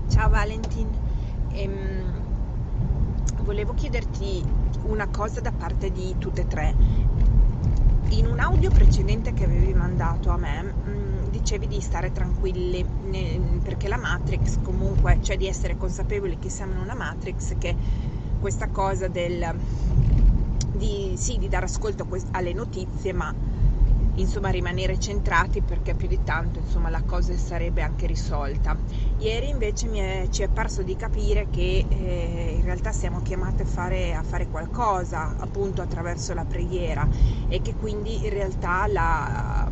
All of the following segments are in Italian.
Ciao Valentin. Volevo chiederti una cosa da parte di tutte e tre. In un audio precedente che avevi mandato a me, dicevi di stare tranquilli, perché la Matrix comunque, cioè di essere consapevoli che siamo in una Matrix, che questa cosa di dare ascolto alle notizie, ma insomma rimanere centrati, perché più di tanto insomma la cosa sarebbe anche risolta. Ieri invece ci è parso di capire che in realtà siamo chiamate a fare qualcosa appunto attraverso la preghiera, e che quindi in realtà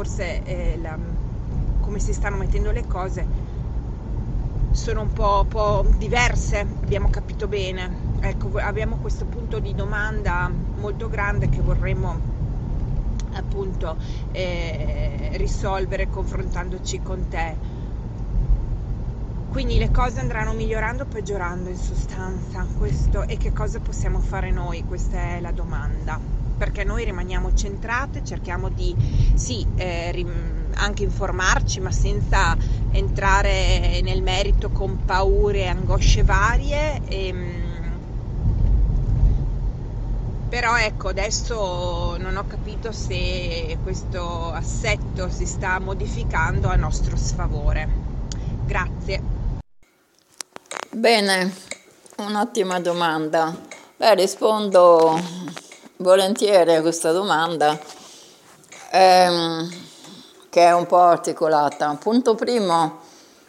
come si stanno mettendo le cose sono un po' diverse, abbiamo capito bene. Ecco, abbiamo questo punto di domanda molto grande che vorremmo appunto risolvere confrontandoci con te. Quindi le cose andranno migliorando o peggiorando in sostanza, questo, e che cosa possiamo fare noi? Questa è la domanda, perché noi rimaniamo centrate, cerchiamo di anche informarci, ma senza entrare nel merito con paure e angosce varie. Però ecco, adesso non ho capito se questo assetto si sta modificando a nostro sfavore. Grazie. Bene, un'ottima domanda. Rispondo volentieri a questa domanda, che è un po' articolata. Punto primo,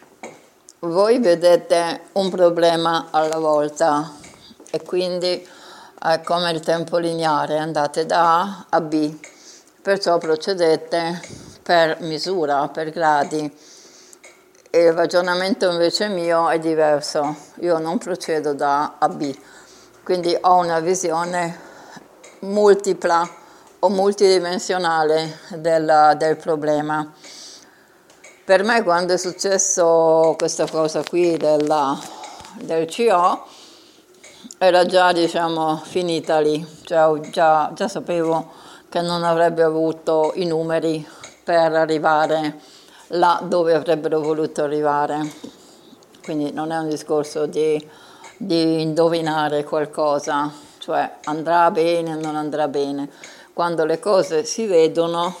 voi vedete un problema alla volta e quindi è come il tempo lineare, andate da A a B, perciò procedete per misura, per gradi. Il ragionamento invece mio è diverso, io non procedo da A a B, quindi ho una visione multipla o multidimensionale del problema. Per me quando è successo questa cosa qui del CO era già finita lì, cioè già sapevo che non avrebbe avuto i numeri per arrivare là dove avrebbero voluto arrivare. Quindi non è un discorso di indovinare qualcosa, cioè andrà bene o non andrà bene. Quando le cose si vedono,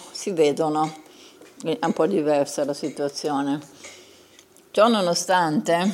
è un po' diversa la situazione. Ciò nonostante,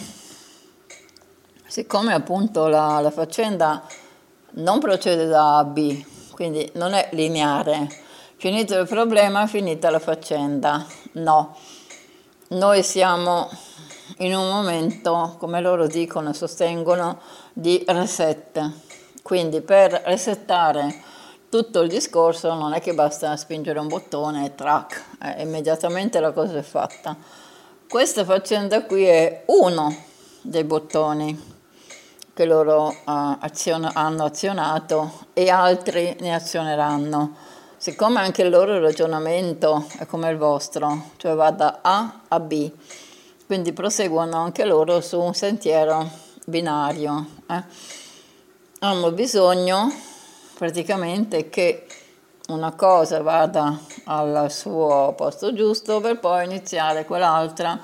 siccome appunto la faccenda non procede da A a B, quindi non è lineare, finito il problema, finita la faccenda, no. Noi siamo in un momento, come loro dicono e sostengono, di reset. Quindi per resettare tutto il discorso non è che basta spingere un bottone e track, immediatamente la cosa è fatta. Questa faccenda qui è uno dei bottoni che loro hanno azionato e altri ne azioneranno. Siccome anche il loro ragionamento è come il vostro, cioè va da A a B, quindi proseguono anche loro su un sentiero binario. Hanno bisogno praticamente che una cosa vada al suo posto giusto per poi iniziare quell'altra,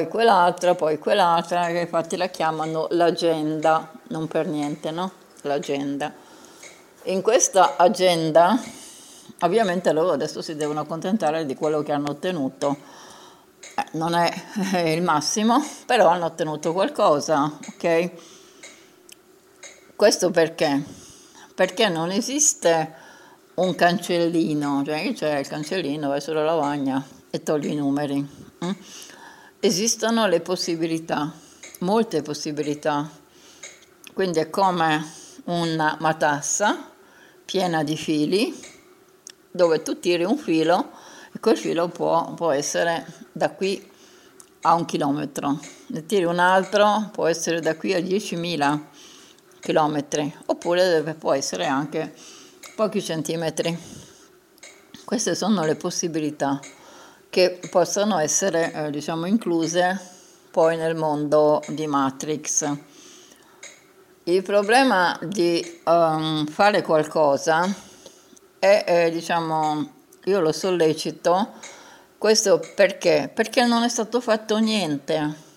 che infatti la chiamano l'agenda, non per niente, no? L'agenda. In questa agenda, ovviamente loro adesso si devono accontentare di quello che hanno ottenuto. Non è il massimo, però hanno ottenuto qualcosa, ok? Questo perché? Perché non esiste un cancellino, cioè c'è il cancellino, vai sulla lavagna e togli i numeri. Esistono le possibilità, molte possibilità, quindi è come una matassa piena di fili dove tu tiri un filo e quel filo può essere da qui a 1 chilometro, ne tiri un altro, può essere da qui a 10.000 chilometri, oppure può essere anche pochi centimetri. Queste sono le possibilità che possono essere incluse poi nel mondo di Matrix. Il problema di fare qualcosa è, io lo sollecito, questo perché? Perché non è stato fatto niente,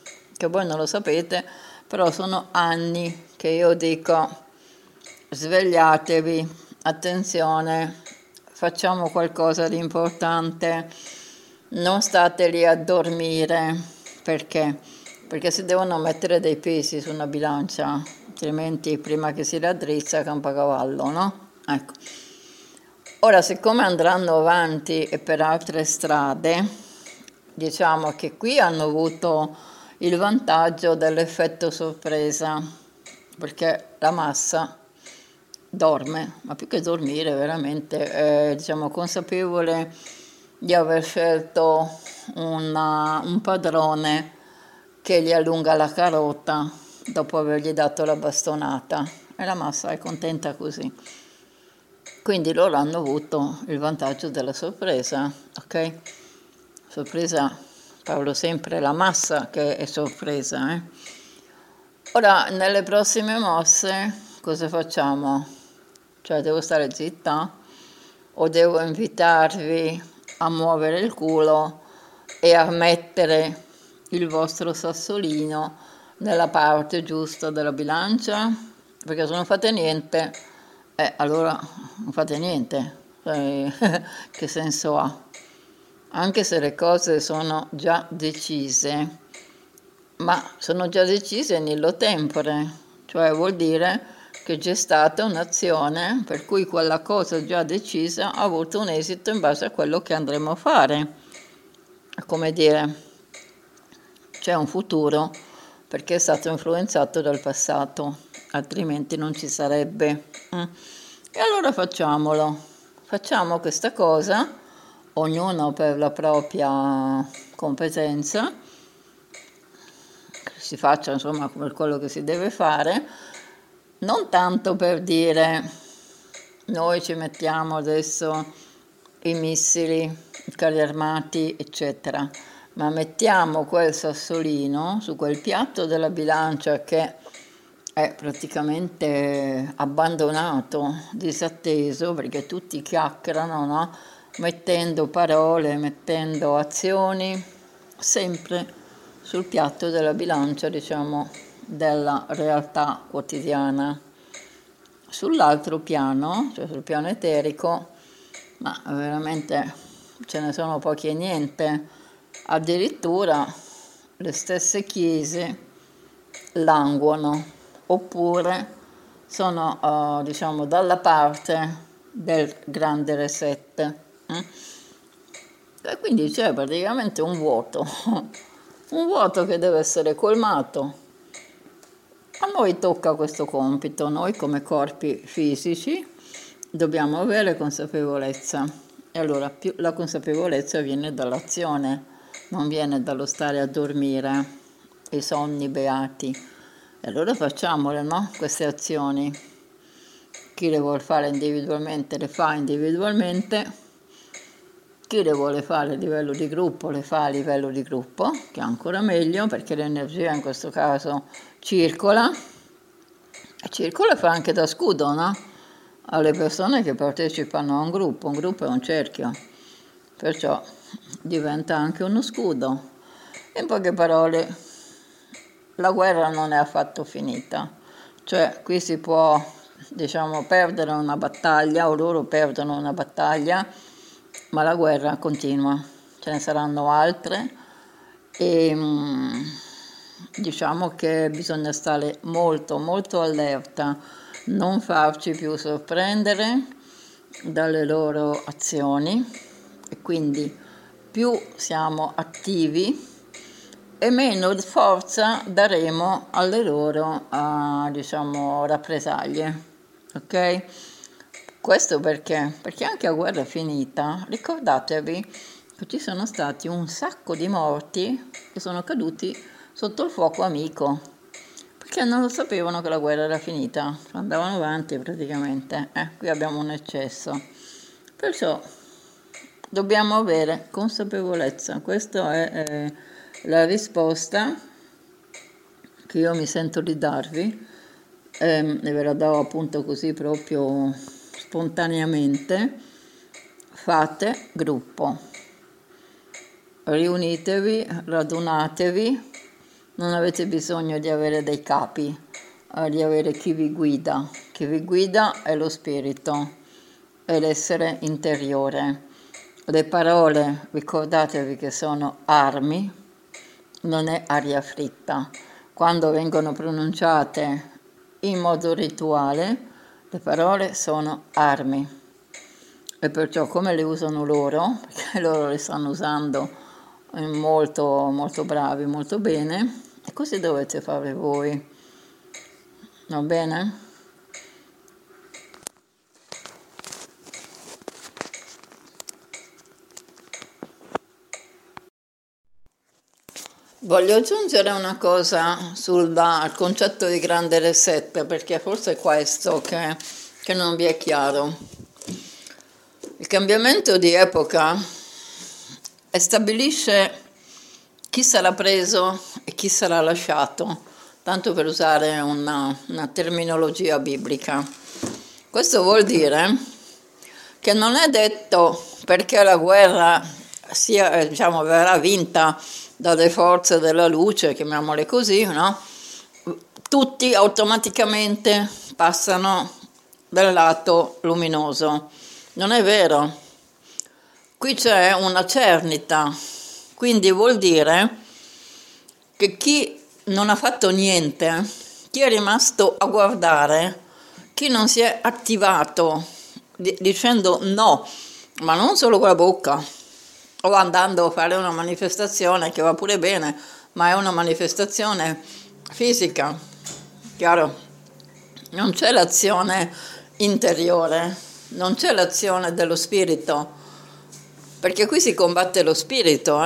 che voi non lo sapete, però sono anni che io dico svegliatevi, attenzione, facciamo qualcosa di importante, non state lì a dormire, perché? Perché si devono mettere dei pesi su una bilancia, altrimenti prima che si raddrizza campa cavallo, no? Ecco. Ora, siccome andranno avanti e per altre strade, diciamo che qui hanno avuto il vantaggio dell'effetto sorpresa, perché la massa dorme, ma più che dormire veramente è, diciamo, consapevole di aver scelto un padrone che gli allunga la carota dopo avergli dato la bastonata, e la massa è contenta così. Quindi loro hanno avuto il vantaggio della sorpresa, ok? Sorpresa, parlo sempre la massa che è sorpresa. Ora, nelle prossime mosse, cosa facciamo? Cioè, devo stare zitta? O devo invitarvi a muovere il culo e a mettere il vostro sassolino nella parte giusta della bilancia? Perché se non fate niente, allora non fate niente. Che senso ha? Anche se le cose sono già decise, ma sono già decise in illo tempore, cioè vuol dire che c'è stata un'azione per cui quella cosa già decisa ha avuto un esito in base a quello che andremo a fare. Come dire, c'è un futuro perché è stato influenzato dal passato, altrimenti non ci sarebbe. E allora facciamo questa cosa, ognuno per la propria competenza, si faccia insomma come quello che si deve fare, non tanto per dire noi ci mettiamo adesso i missili, i carri armati, eccetera, ma mettiamo quel sassolino su quel piatto della bilancia che è praticamente abbandonato, disatteso, perché tutti chiacchierano, no? Mettendo parole, mettendo azioni, sempre sul piatto della bilancia, diciamo, della realtà quotidiana. Sull'altro piano, cioè sul piano eterico, ma veramente ce ne sono pochi e niente, addirittura le stesse chiese languono, oppure sono, diciamo, dalla parte del grande reset. E quindi c'è praticamente un vuoto che deve essere colmato. A noi tocca questo compito, noi come corpi fisici dobbiamo avere consapevolezza, e allora la consapevolezza viene dall'azione, non viene dallo stare a dormire, i sonni beati. E allora facciamole, no? Queste azioni. Chi le vuole fare individualmente le fa individualmente, chi le vuole fare a livello di gruppo le fa a livello di gruppo, che è ancora meglio perché l'energia in questo caso circola e fa anche da scudo, no? Alle persone che partecipano a un gruppo è un cerchio, perciò diventa anche uno scudo. In poche parole, la guerra non è affatto finita, cioè qui si può, diciamo, perdere una battaglia o loro perdono una battaglia, ma la guerra continua, ce ne saranno altre e diciamo che bisogna stare molto molto allerta, non farci più sorprendere dalle loro azioni, e quindi più siamo attivi e meno forza daremo alle loro diciamo rappresaglie, ok? Questo perché? Perché anche a guerra finita, ricordatevi che ci sono stati un sacco di morti che sono caduti sotto il fuoco amico, perché non lo sapevano che la guerra era finita, andavano avanti praticamente. Qui abbiamo un eccesso. Perciò dobbiamo avere consapevolezza, questa è la risposta che io mi sento di darvi, e ve la do appunto così proprio spontaneamente. Fate gruppo, riunitevi, radunatevi, non avete bisogno di avere dei capi, di avere chi vi guida. Chi vi guida è lo spirito, è l'essere interiore. Le parole, ricordatevi che sono armi, non è aria fritta. Quando vengono pronunciate in modo rituale, le parole sono armi. E perciò come le usano loro, perché loro le stanno usando molto, molto bravi, molto bene, e così dovete fare voi. Va bene? Voglio aggiungere una cosa sul concetto di grande reset, perché forse è questo che non vi è chiaro. Il cambiamento di epoca stabilisce chi sarà preso e chi sarà lasciato, tanto per usare una terminologia biblica. Questo vuol dire che non è detto perché la guerra verrà vinta dalle forze della luce, chiamiamole così, no? Tutti automaticamente passano dal lato luminoso. Non è vero. Qui c'è una cernita, quindi vuol dire che chi non ha fatto niente, chi è rimasto a guardare, chi non si è attivato dicendo no, ma non solo con la bocca, o andando a fare una manifestazione che va pure bene, ma è una manifestazione fisica, chiaro? Non c'è l'azione interiore, non c'è l'azione dello spirito, perché qui si combatte lo spirito.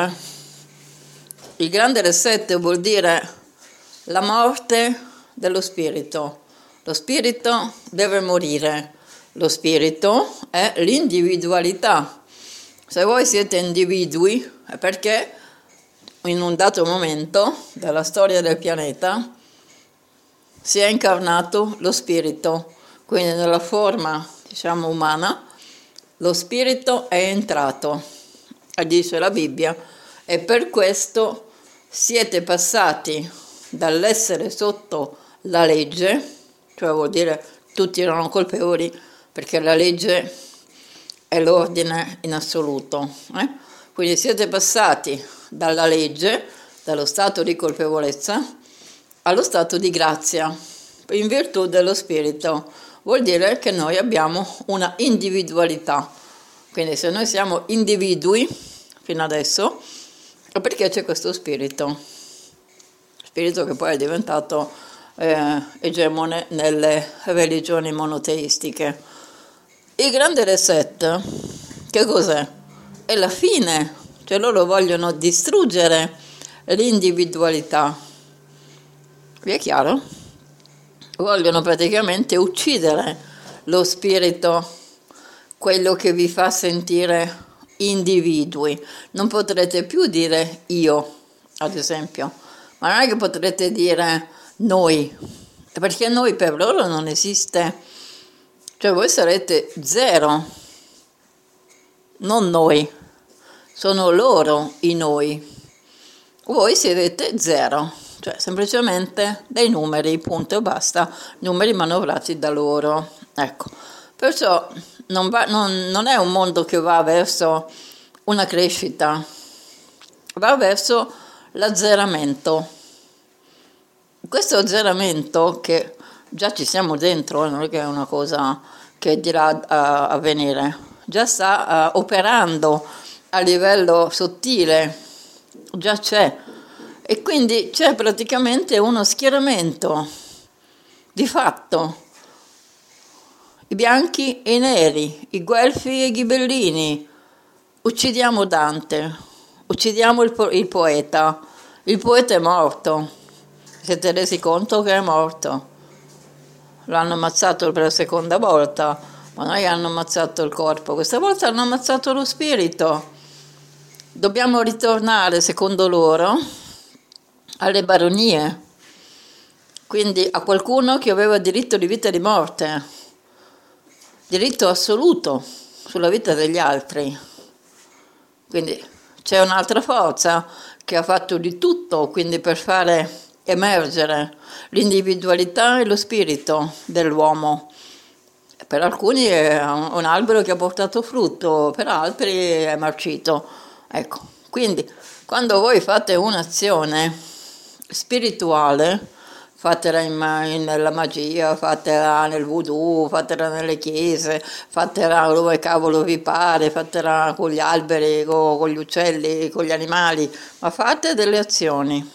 Il grande reset vuol dire la morte dello spirito. Lo spirito deve morire, lo spirito è l'individualità. Se voi siete individui è perché in un dato momento della storia del pianeta si è incarnato lo spirito, quindi nella forma, umana, lo spirito è entrato, dice la Bibbia, e per questo siete passati dall'essere sotto la legge, cioè vuol dire tutti erano colpevoli, perché la legge è l'ordine in assoluto. Quindi siete passati dalla legge, dallo stato di colpevolezza, allo stato di grazia, in virtù dello Spirito. Vuol dire che noi abbiamo una individualità. Quindi se noi siamo individui, fino adesso, è perché c'è questo spirito che poi è diventato egemone nelle religioni monoteistiche. Il grande reset, che cos'è? È la fine, cioè loro vogliono distruggere l'individualità. Vi è chiaro? Vogliono praticamente uccidere lo spirito, quello che vi fa sentire individui. Non potrete più dire io, ad esempio, ma non è che potrete dire noi, perché noi per loro non esiste. Cioè voi sarete zero, non noi, sono loro i noi. Voi sarete zero, cioè semplicemente dei numeri, punto e basta, numeri manovrati da loro. Ecco, perciò non è un mondo che va verso una crescita, va verso l'azzeramento. Questo azzeramento che già ci siamo dentro, non è che è una cosa che dirà a venire, già sta operando a livello sottile, già c'è, e quindi c'è praticamente uno schieramento di fatto, i bianchi e i neri, i guelfi e i ghibellini. Uccidiamo Dante, uccidiamo il poeta è morto, siete resi conto che è morto? L'hanno ammazzato per la seconda volta, ma non è che hanno ammazzato il corpo, questa volta hanno ammazzato lo spirito. Dobbiamo ritornare, secondo loro, alle baronie, quindi a qualcuno che aveva diritto di vita e di morte, diritto assoluto sulla vita degli altri. Quindi c'è un'altra forza che ha fatto di tutto, quindi per fare emergere l'individualità e lo spirito dell'uomo. Per alcuni è un albero che ha portato frutto, per altri è marcito. Ecco, quindi quando voi fate un'azione spirituale, fatela nella magia, fatela nel voodoo, fatela nelle chiese, fatela dove cavolo vi pare, fatela con gli alberi, con gli uccelli, con gli animali, ma fate delle azioni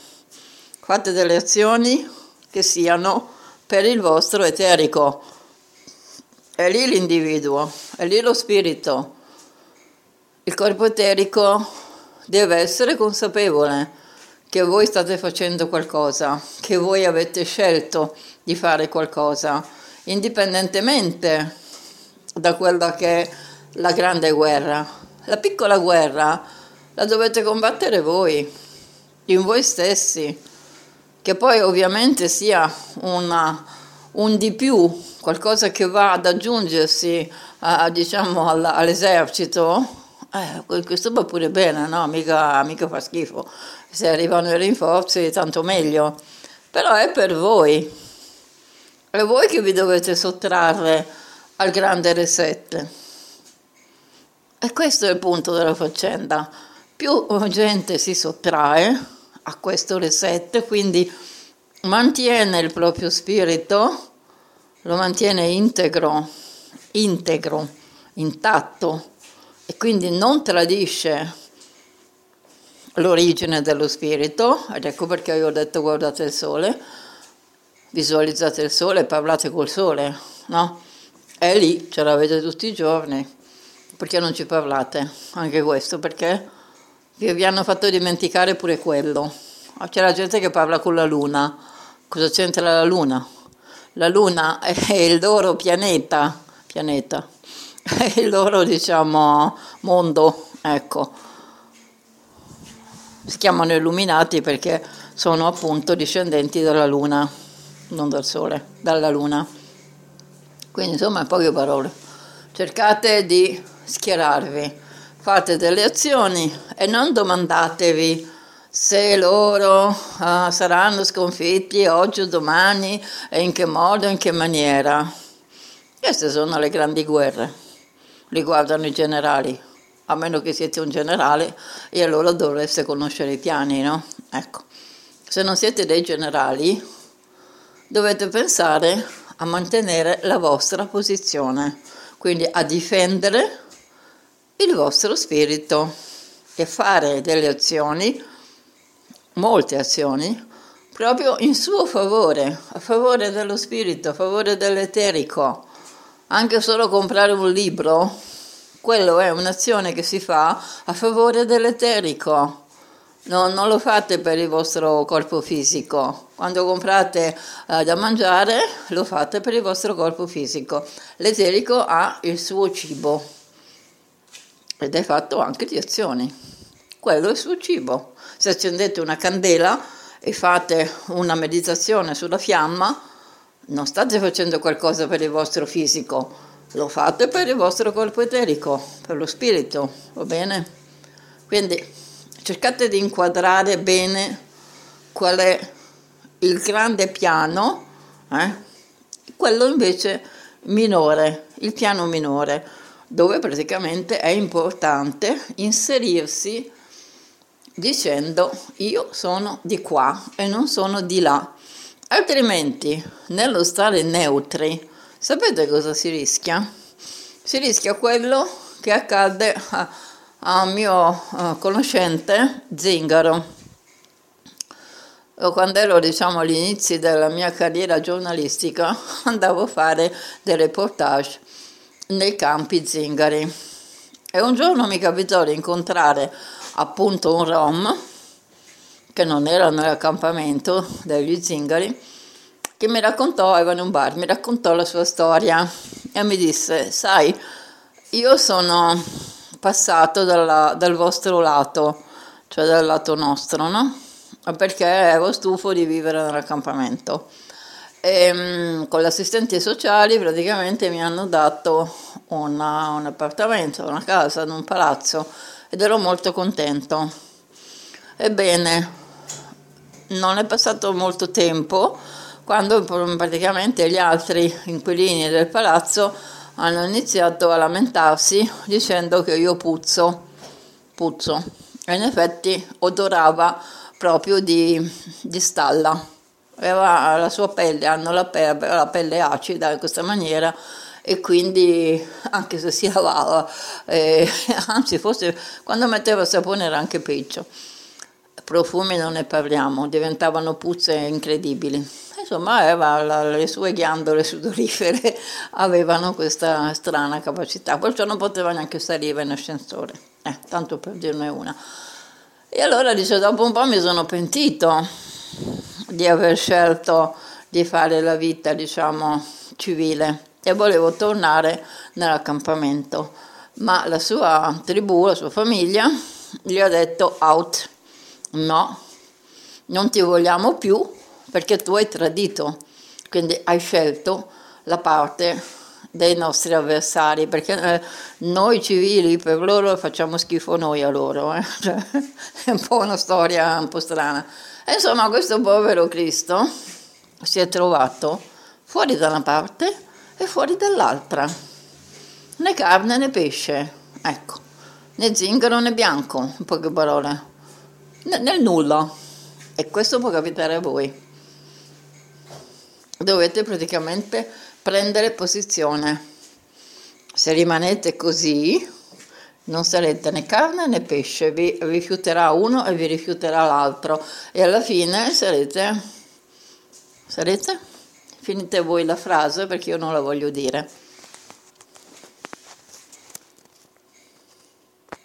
che siano per il vostro eterico. È lì l'individuo, è lì lo spirito. Il corpo eterico deve essere consapevole che voi state facendo qualcosa, che voi avete scelto di fare qualcosa, indipendentemente da quella che è la grande guerra. La piccola guerra la dovete combattere voi, in voi stessi, che poi ovviamente sia un di più, qualcosa che va ad aggiungersi diciamo all'esercito. Questo va pure bene, no? Mica fa schifo. Se arrivano i rinforzi, tanto meglio. Però è per voi. È voi che vi dovete sottrarre al grande reset. E questo è il punto della faccenda. Più gente si sottrae a questo reset, quindi mantiene il proprio spirito, lo mantiene integro, intatto, e quindi non tradisce l'origine dello spirito, ed ecco perché io ho detto guardate il sole, visualizzate il sole, parlate col sole, no? È lì, ce l'avete tutti i giorni, perché non ci parlate? Anche questo, perché vi hanno fatto dimenticare pure quello. C'è la gente che parla con la luna. Cosa c'entra la luna? La luna è il loro pianeta, è il loro, diciamo, mondo, ecco. Si chiamano illuminati perché sono appunto discendenti dalla luna, non dal sole, dalla luna. Quindi insomma, in poche parole, cercate di schierarvi, fate delle azioni e non domandatevi se loro saranno sconfitti oggi o domani e in che modo, in che maniera. Queste sono le grandi guerre, riguardano i generali, a meno che siete un generale e allora dovreste conoscere i piani, no? Ecco, se non siete dei generali dovete pensare a mantenere la vostra posizione, quindi a difendere il vostro spirito e fare delle azioni, molte azioni, proprio in suo favore, a favore dello spirito, a favore dell'eterico. Anche solo comprare un libro, quello è un'azione che si fa a favore dell'eterico. Non lo fate per il vostro corpo fisico. Quando comprate da mangiare, lo fate per il vostro corpo fisico. L'eterico ha il suo cibo ed è fatto anche di azioni. Quello è il suo cibo. Se accendete una candela e fate una meditazione sulla fiamma, non state facendo qualcosa per il vostro fisico, lo fate per il vostro corpo eterico, per lo spirito, va bene? Quindi cercate di inquadrare bene qual è il grande piano, quello invece minore, il piano minore, dove praticamente è importante inserirsi dicendo io sono di qua e non sono di là. Altrimenti, nello stare neutri, sapete cosa si rischia? Si rischia quello che accade a un mio conoscente Zingaro. Quando ero, diciamo, agli inizi della mia carriera giornalistica, andavo a fare dei reportage nei campi zingari. E un giorno mi capitò di incontrare appunto un rom, che non era nell'accampamento degli zingari, che mi raccontò, era in un bar, mi raccontò la sua storia e mi disse, sai, io sono passato dal vostro lato, cioè dal lato nostro, no? Perché ero stufo di vivere nell'accampamento. E con gli assistenti sociali praticamente mi hanno dato un appartamento, una casa, un palazzo ed ero molto contento. Ebbene, non è passato molto tempo quando praticamente gli altri inquilini del palazzo hanno iniziato a lamentarsi dicendo che io puzzo. E in effetti odorava proprio di stalla. Aveva la sua pelle, hanno la pelle acida in questa maniera, e quindi anche se si lavava, anzi forse quando metteva il sapone era anche peggio. Profumi non ne parliamo, diventavano puzze incredibili. Insomma, le sue ghiandole sudorifere avevano questa strana capacità, perciò non poteva neanche salire in ascensore, tanto per dirne una. E allora dice, dopo un po' mi sono pentito di aver scelto di fare la vita, diciamo, civile, e volevo tornare nell'accampamento, ma la sua tribù, la sua famiglia, gli ha detto out, no, non ti vogliamo più perché tu hai tradito, quindi hai scelto la parte dei nostri avversari, perché noi civili per loro facciamo schifo noi a loro, Cioè, è un po' una storia un po' strana. E insomma, questo povero Cristo si è trovato fuori da una parte e fuori dall'altra, né carne né pesce, ecco, né zingaro né bianco, in poche parole, nel nulla. E questo può capitare a voi. Dovete praticamente prendere posizione. Se rimanete così, non sarete né carne né pesce, vi rifiuterà uno e vi rifiuterà l'altro, e alla fine sarete? Finite voi la frase, perché io non la voglio dire.